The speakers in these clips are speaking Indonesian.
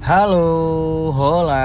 Halo, hola.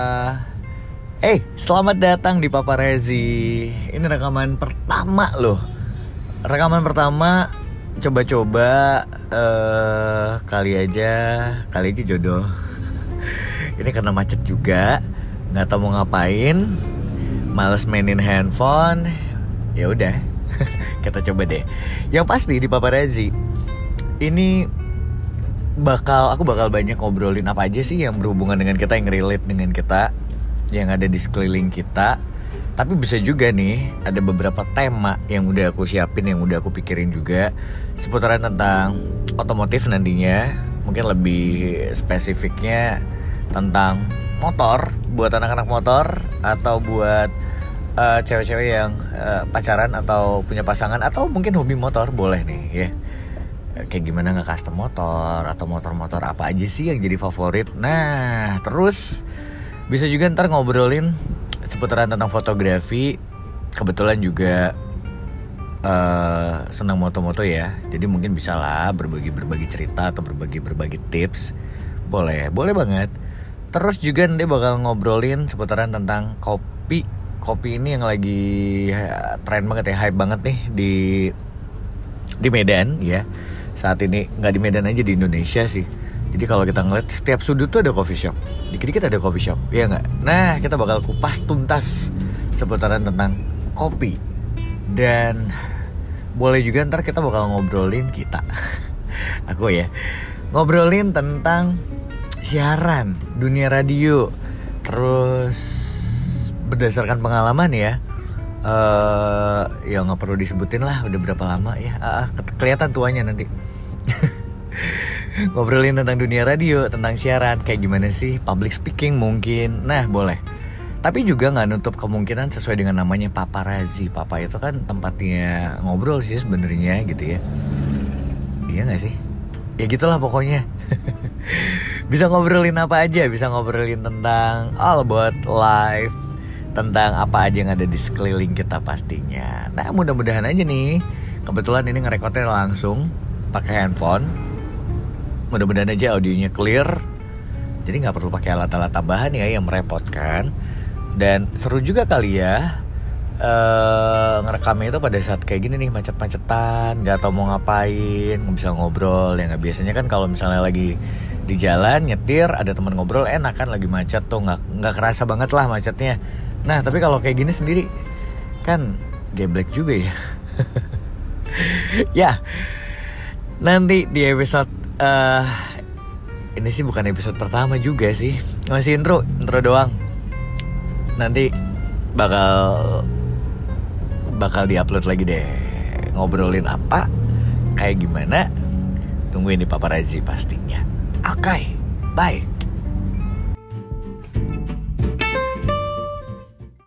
Selamat datang di Paparazzi. Ini rekaman pertama loh. Rekaman pertama, coba-coba kali aja jodoh. Ini karena macet juga, nggak tahu mau ngapain, males mainin handphone. Ya udah, kita coba deh. Yang pasti di Paparazzi ini aku bakal banyak ngobrolin apa aja sih yang berhubungan dengan kita, yang relate dengan kita, yang ada di sekeliling kita. Tapi bisa juga nih ada beberapa tema yang udah aku siapin, yang udah aku pikirin juga seputaran tentang otomotif nantinya. Mungkin lebih spesifiknya tentang motor, buat anak-anak motor atau buat cewek-cewek yang pacaran atau punya pasangan atau mungkin hobi motor, boleh nih ya. Kayak gimana nge-custom motor atau motor-motor apa aja sih yang jadi favorit. Nah, terus bisa juga ntar ngobrolin seputaran tentang fotografi. Kebetulan juga senang moto-moto ya. Jadi mungkin bisa lah berbagi cerita atau berbagi tips. Boleh banget. Terus juga nanti bakal ngobrolin seputaran tentang kopi. Kopi ini yang lagi tren banget ya, hype banget nih di Medan ya. Saat ini nggak di Medan aja, di Indonesia sih. Jadi kalau kita ngeliat setiap sudut tuh ada coffee shop, dikit-dikit ada coffee shop, ya nggak? Nah, kita bakal kupas tuntas seputaran tentang kopi. Dan boleh juga ntar kita bakal ngobrolin aku ya, ngobrolin tentang siaran, dunia radio. Terus berdasarkan pengalaman ya, ya nggak perlu disebutin lah udah berapa lama ya, kelihatan tuanya nanti. Ngobrolin tentang dunia radio, tentang siaran, kayak gimana sih public speaking mungkin. Nah boleh. Tapi juga nggak nutup kemungkinan sesuai dengan namanya Paparazzi. Papa itu kan tempatnya ngobrol sih sebenarnya gitu ya. Iya nggak sih? Ya gitulah pokoknya. Bisa ngobrolin apa aja, bisa ngobrolin tentang all about life, tentang apa aja yang ada di sekeliling kita pastinya. Nah mudah-mudahan aja nih, kebetulan ini ngerekodnya langsung pakai handphone. Mudah-mudahan aja audionya clear, jadi gak perlu pakai alat-alat tambahan ya yang merepotkan. Dan seru juga kali ya ngerekamnya itu pada saat kayak gini nih, macet-macetan, gak tau mau ngapain, gak bisa ngobrol. Ya gak biasanya kan kalau misalnya lagi di jalan nyetir ada teman ngobrol enak kan, lagi macet tuh gak kerasa banget lah macetnya. Nah tapi kalau kayak gini sendiri kan geblek juga ya. Ya nanti di episode ini sih bukan episode pertama juga sih, masih intro doang. Nanti bakal diupload lagi deh, ngobrolin apa, kayak gimana, tungguin di Paparazzi pastinya. Oke, bye.